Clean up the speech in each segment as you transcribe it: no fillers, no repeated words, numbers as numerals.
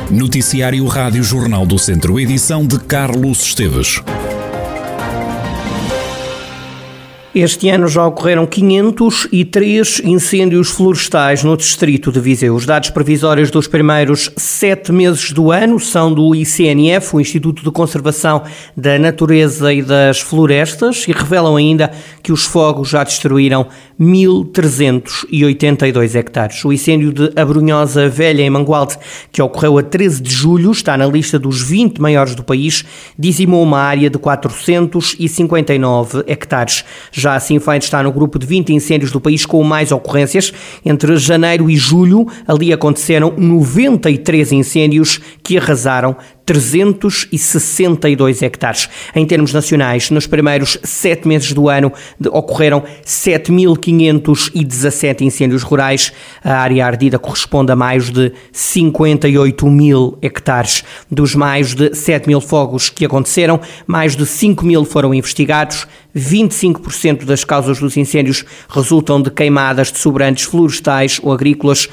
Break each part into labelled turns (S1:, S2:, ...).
S1: Noticiário Rádio Jornal do Centro, edição de Carlos Esteves.
S2: Este ano já ocorreram 503 incêndios florestais no distrito de Viseu. Os dados previsórios dos primeiros 7 meses do ano são do ICNF, o Instituto de Conservação da Natureza e das Florestas, e revelam ainda que os fogos já destruíram 1.382 hectares. O incêndio de Abrunhosa Velha, em Mangualde, que ocorreu a 13 de julho, está na lista dos 20 maiores do país, dizimou uma área de 459 hectares. Já a Sinfém está no grupo de 20 incêndios do país com mais ocorrências. Entre janeiro e julho, ali aconteceram 93 incêndios que arrasaram 362 hectares. Em termos nacionais, nos primeiros 7 meses do ano ocorreram 7.517 incêndios rurais. A área ardida corresponde a mais de 58.000 hectares. Dos mais de 7.000 fogos que aconteceram, mais de 5.000 foram investigados. 25% das causas dos incêndios resultam de queimadas de sobrantes florestais ou agrícolas.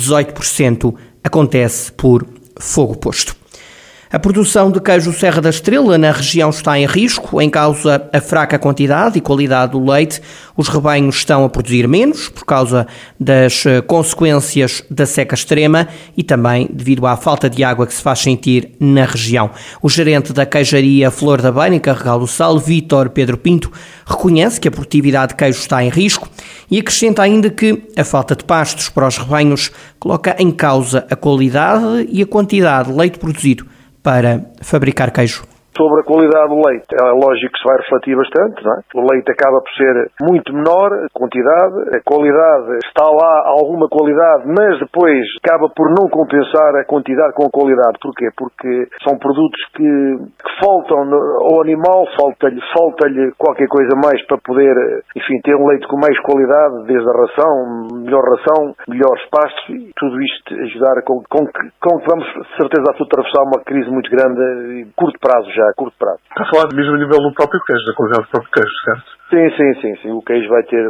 S2: 18% acontece por fogo posto. A produção de queijo Serra da Estrela na região está em risco, em causa a fraca quantidade e qualidade do leite. Os rebanhos estão a produzir menos por causa das consequências da seca extrema e também devido à falta de água que se faz sentir na região. O gerente da queijaria Flor da Beira, em Carregal do Sal, Vítor Pedro Pinto, reconhece que a produtividade de queijo está em risco e acrescenta ainda que a falta de pastos para os rebanhos coloca em causa a qualidade e a quantidade de leite produzido para fabricar queijo.
S3: Sobre a qualidade do leite, é lógico que se vai refletir bastante, não é? O leite acaba por ser muito menor, a quantidade, a qualidade, está lá alguma qualidade, mas depois acaba por não compensar a quantidade com a qualidade. Porquê? Porque são produtos que faltam ao animal, falta-lhe qualquer coisa mais para poder, enfim, ter um leite com mais qualidade, desde a ração, melhores pastos, e tudo isto ajudar com que vamos, de certeza, a atravessar uma crise muito grande, a curto prazo já. A curto prazo.
S4: Está a falar mesmo a nível do próprio queijo, da qualidade do próprio queijo, certo?
S3: Sim. O queijo vai ter...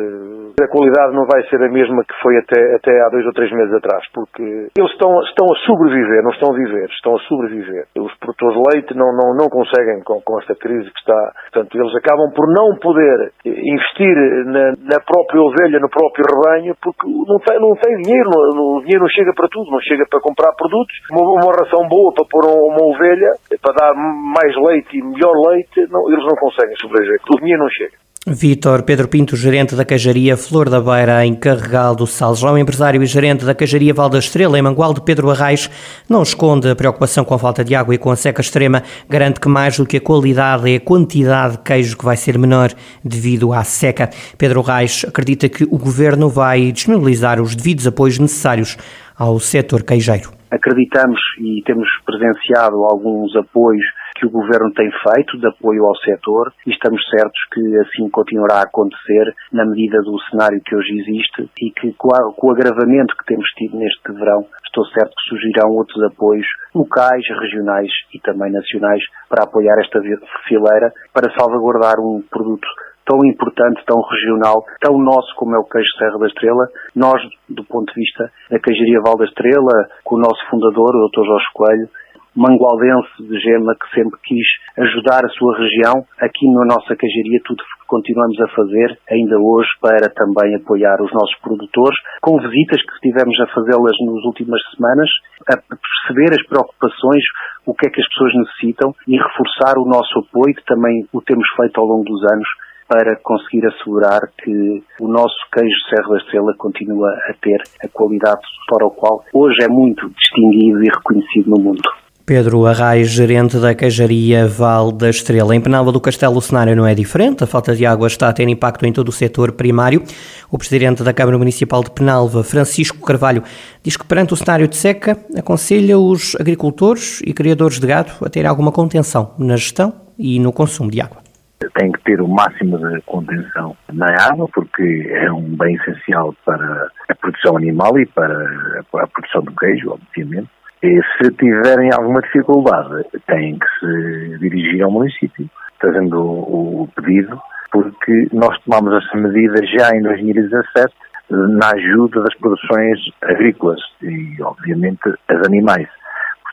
S3: A qualidade não vai ser a mesma que foi até há 2 ou 3 meses atrás, porque eles estão a sobreviver, não estão a viver, estão a sobreviver. Os produtores de leite não conseguem com esta crise que está... Portanto, eles acabam por não poder investir na própria ovelha, no próprio rebanho, porque não tem dinheiro, o dinheiro não chega para tudo, não chega para comprar produtos, uma ração boa para pôr uma ovelha, para dar mais leite e melhor leite, eles não conseguem sobreviver, o dinheiro não chega.
S2: Vítor Pedro Pinto, gerente da queijaria Flor da Beira, em Carregal do Sal. Já o empresário e gerente da queijaria Val da Estrela, em Mangualde, Pedro Arrais, não esconde a preocupação com a falta de água e com a seca extrema. Garante que mais do que a qualidade é a quantidade de queijo que vai ser menor devido à seca. Pedro Arrais acredita que o governo vai disponibilizar os devidos apoios necessários ao setor queijeiro.
S5: Acreditamos e temos presenciado alguns apoios que o Governo tem feito de apoio ao setor e estamos certos que assim continuará a acontecer na medida do cenário que hoje existe e que com o agravamento que temos tido neste verão, estou certo que surgirão outros apoios locais, regionais e também nacionais para apoiar esta fileira, para salvaguardar um produto tão importante, tão regional, tão nosso como é o queijo Serra da Estrela. Nós, do ponto de vista da queijaria Val da Estrela, com o nosso fundador, o Dr. Jorge Coelho, mangualdense de gema, que sempre quis ajudar a sua região, aqui na nossa queijaria tudo continuamos a fazer, ainda hoje, para também apoiar os nossos produtores, com visitas que estivemos a fazê-las nas últimas semanas, a perceber as preocupações, o que é que as pessoas necessitam e reforçar o nosso apoio, que também o temos feito ao longo dos anos, para conseguir assegurar que o nosso queijo Serra da Estrela continua a ter a qualidade para o qual hoje é muito distinguido e reconhecido no mundo.
S2: Pedro Arrais, gerente da queijaria Val da Estrela. Em Penalva do Castelo o cenário não é diferente, a falta de água está a ter impacto em todo o setor primário. O presidente da Câmara Municipal de Penalva, Francisco Carvalho, diz que perante o cenário de seca aconselha os agricultores e criadores de gado a ter alguma contenção na gestão e no consumo de água.
S6: Tem que ter o máximo de contenção na água, porque é um bem essencial para a produção animal e para a produção do queijo, obviamente. E se tiverem alguma dificuldade, têm que se dirigir ao município, fazendo o pedido, porque nós tomamos essa medida já em 2017 na ajuda das produções agrícolas e, obviamente, as animais.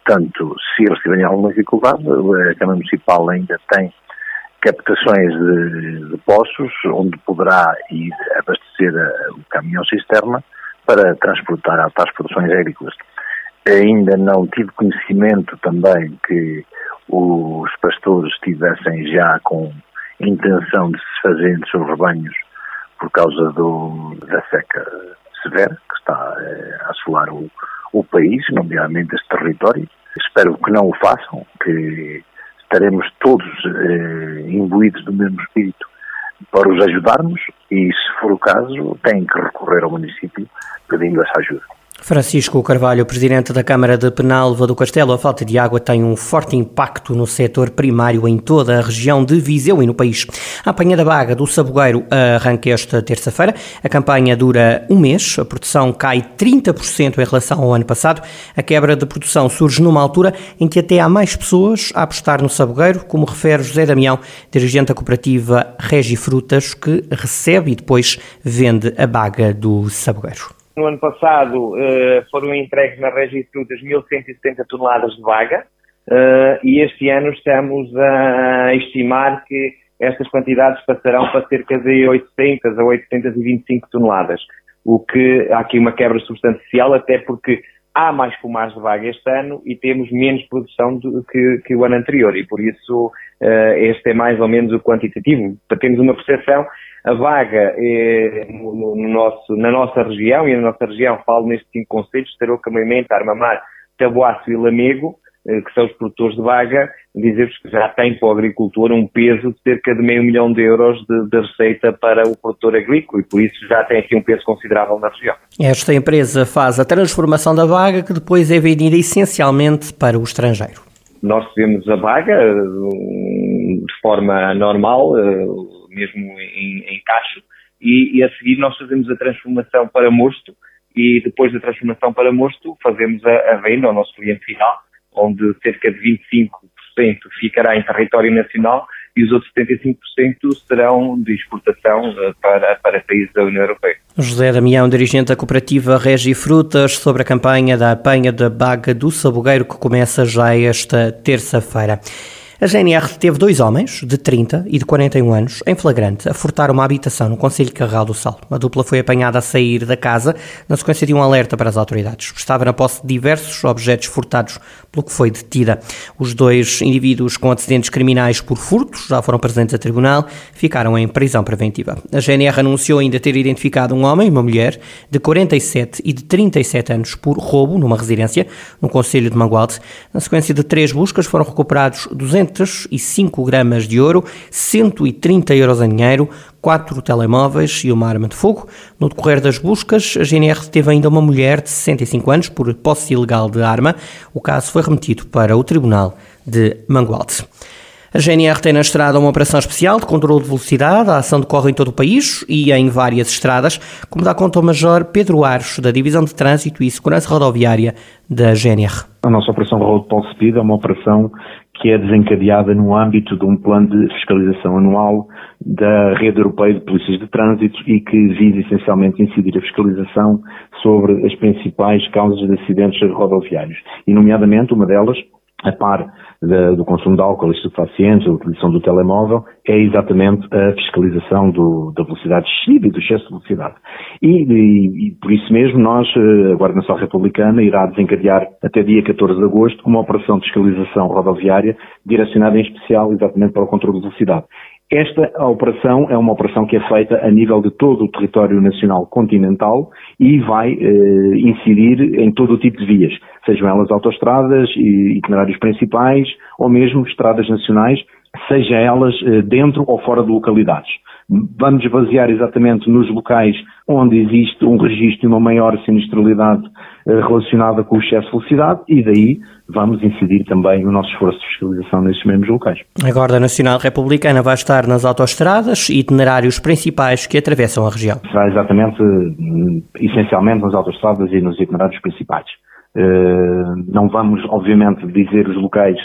S6: portanto, se eles tiverem alguma dificuldade, a Câmara Municipal ainda tem captações de poços, onde poderá ir abastecer o caminhão-cisterna para transportar as produções agrícolas. Ainda não tive conhecimento também que os pastores estivessem já com intenção de se fazerem dos seus rebanhos por causa da seca severa que está a assolar o país, nomeadamente este território. Espero que não o façam, que estaremos todos imbuídos do mesmo espírito para os ajudarmos e, se for o caso, têm que recorrer ao município pedindo essa ajuda.
S2: Francisco Carvalho, presidente da Câmara de Penalva do Castelo, a falta de água tem um forte impacto no setor primário em toda a região de Viseu e no país. A apanha da baga do Sabugueiro arranca esta terça-feira. A campanha dura um mês, a produção cai 30% em relação ao ano passado. A quebra de produção surge numa altura em que até há mais pessoas a apostar no Sabugueiro, como refere José Damião, dirigente da cooperativa Regifrutas, que recebe e depois vende a baga do Sabugueiro.
S7: No ano passado foram entregues na Regifrutas 1.170 toneladas de baga e este ano estamos a estimar que estas quantidades passarão para cerca de 800 a 825 toneladas, o que há aqui uma quebra substancial, até porque há mais pomares de baga este ano e temos menos produção do que o ano anterior e por isso este é mais ou menos o quantitativo. Para termos uma percepção, a baga na nossa região, e na nossa região falo nestes 5 concelhos, Tarouca, Moimenta, Armamar, Taboaço e Lamego, que são os produtores de baga, dizer-vos que já tem para o agricultor um peso de cerca de €500 mil de receita para o produtor agrícola e por isso já tem aqui um peso considerável na região.
S2: Esta empresa faz a transformação da baga que depois é vendida essencialmente para o estrangeiro.
S7: Nós recebemos a baga de forma normal, mesmo em cacho, e a seguir nós fazemos a transformação para mosto e depois da transformação para mosto fazemos a venda ao nosso cliente final, onde cerca de 25% ficará em território nacional e os outros 75% serão de exportação para países da União Europeia.
S2: José Damião, dirigente da cooperativa Regifrutas, sobre a campanha da apanha da baga do Sabugueiro que começa já esta terça-feira. A GNR teve 2 homens, de 30 e de 41 anos, em flagrante, a furtar uma habitação no concelho de Carral do Sal. A dupla foi apanhada a sair da casa na sequência de um alerta para as autoridades. Estava na posse de diversos objetos furtados, pelo que foi detida. Os 2 indivíduos com antecedentes criminais por furtos já foram presentes a tribunal, ficaram em prisão preventiva. A GNR anunciou ainda ter identificado um homem e uma mulher de 47 e de 37 anos por roubo numa residência no concelho de Mangualde. Na sequência de 3 buscas foram recuperados 205 gramas de ouro, 130 euros em dinheiro, 4 telemóveis e uma arma de fogo. No decorrer das buscas, a GNR teve ainda uma mulher de 65 anos por posse ilegal de arma. O caso foi remetido para o Tribunal de Mangualde. A GNR tem na estrada uma operação especial de controle de velocidade. A ação decorre em todo o país e em várias estradas, como dá conta o Major Pedro Aros, da Divisão de Trânsito e Segurança Rodoviária da GNR.
S8: A nossa operação Road Pulse Speed é uma operação que é desencadeada no âmbito de um plano de fiscalização anual da Rede Europeia de Polícias de Trânsito e que visa essencialmente incidir a fiscalização sobre as principais causas de acidentes rodoviários. E, nomeadamente, uma delas, a par do consumo de álcool e estupefacientes, a utilização do telemóvel, é exatamente a fiscalização da velocidade excessiva e do excesso de velocidade. E por isso mesmo nós, a Guarda Nacional Republicana, irá desencadear até dia 14 de agosto uma operação de fiscalização rodoviária direcionada em especial exatamente para o controle de velocidade. Esta operação é uma operação que é feita a nível de todo o território nacional continental e vai incidir em todo o tipo de vias, sejam elas autoestradas, itinerários principais ou mesmo estradas nacionais, seja elas dentro ou fora de localidades. Vamos basear exatamente nos locais onde existe um registro e uma maior sinistralidade relacionada com o excesso de velocidade e daí vamos incidir também o nosso esforço de fiscalização nesses mesmos locais.
S2: A Guarda Nacional Republicana vai estar nas autoestradas e itinerários principais que atravessam a região.
S8: Será exatamente, essencialmente nas autoestradas e nos itinerários principais. Não vamos, obviamente, dizer os locais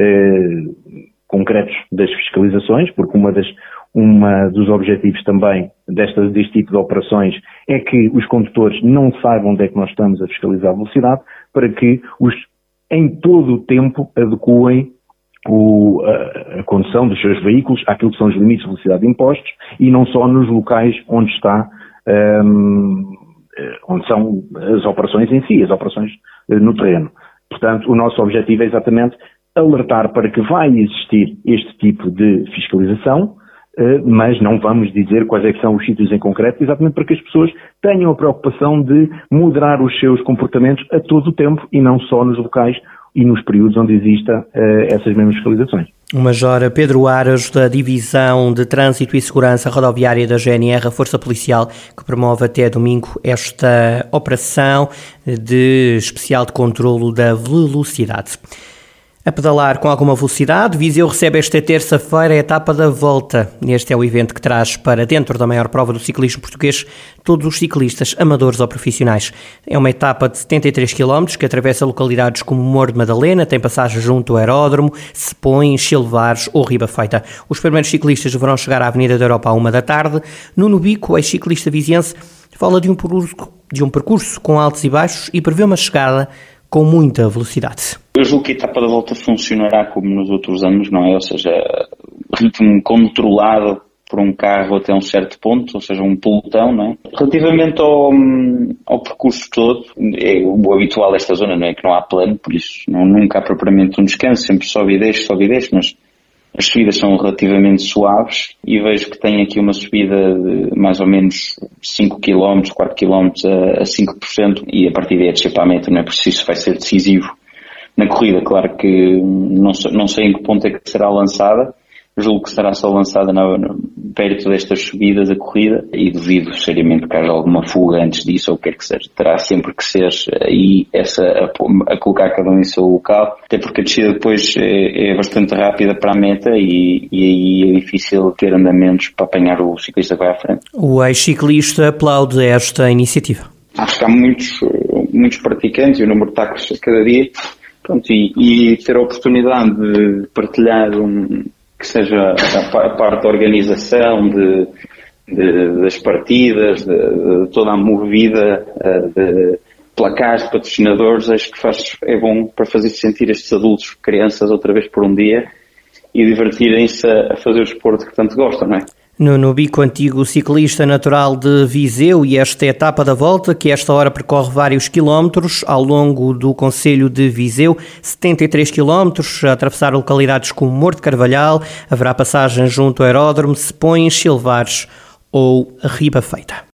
S8: concretos das fiscalizações, porque uma dos objetivos também deste tipo de operações é que os condutores não saibam onde é que nós estamos a fiscalizar a velocidade, para que em todo o tempo adequem a condução dos seus veículos àquilo que são os limites de velocidade impostos e não só nos locais onde são as operações em si, as operações no terreno. Portanto, o nosso objetivo é exatamente alertar para que vai existir este tipo de fiscalização, mas não vamos dizer quais é que são os sítios em concreto, exatamente para que as pessoas tenham a preocupação de moderar os seus comportamentos a todo o tempo e não só nos locais e nos períodos onde exista essas mesmas fiscalizações.
S2: O Major Pedro Aras, da Divisão de Trânsito e Segurança Rodoviária da GNR, a Força Policial, que promove até domingo esta operação de especial de controlo da velocidade. A pedalar com alguma velocidade, Viseu recebe esta terça-feira a etapa da Volta. Este é o evento que traz para dentro da maior prova do ciclismo português todos os ciclistas, amadores ou profissionais. É uma etapa de 73 km que atravessa localidades como Morro de Madalena, tem passagem junto ao Aeródromo, Sepões, Silvares ou Ribafeita. Os primeiros ciclistas deverão chegar à Avenida da Europa à 1 da tarde. Nuno Bico, ex-ciclista viziense, fala de um percurso com altos e baixos e prevê uma chegada com muita velocidade.
S9: Eu julgo que a etapa da Volta funcionará como nos outros anos, não é? Ou seja, ritmo controlado por um carro até um certo ponto, ou seja, um pelotão, não é? Relativamente ao percurso todo, é o habitual desta zona, não é? Que não há plano, por isso nunca há propriamente um descanso, sempre sobe e desce, mas as subidas são relativamente suaves e vejo que tem aqui uma subida de mais ou menos 5 km, 4 km a 5% e a partir daí é descer para a meta, não é? Por isso vai ser decisivo na corrida. Claro que não sei em que ponto é que será lançada, julgo que será só lançada perto destas subidas da corrida e duvido seriamente que haja alguma fuga antes disso ou o que quer que seja. Terá sempre que ser aí a colocar cada um em seu local, até porque a descida depois é bastante rápida para a meta e aí é difícil ter andamentos para apanhar o ciclista que vai à frente. O
S2: ex-ciclista aplaude esta iniciativa.
S9: Acho que há muitos praticantes e o número está a crescer cada dia. Pronto, e ter a oportunidade de partilhar que seja a parte da organização, das partidas, de toda a movida, de placares, de patrocinadores, acho que é bom para fazer sentir estes adultos, crianças, outra vez por um dia e divertirem-se a fazer o desporto que tanto gostam, não é?
S2: Nuno Bico, antigo ciclista natural de Viseu, e esta etapa da Volta, que esta hora percorre vários quilómetros ao longo do concelho de Viseu, 73 quilómetros, a atravessar localidades como Morro de Carvalhal, haverá passagem junto ao Aeródromo, Sepões, Silvares ou Ribafeita.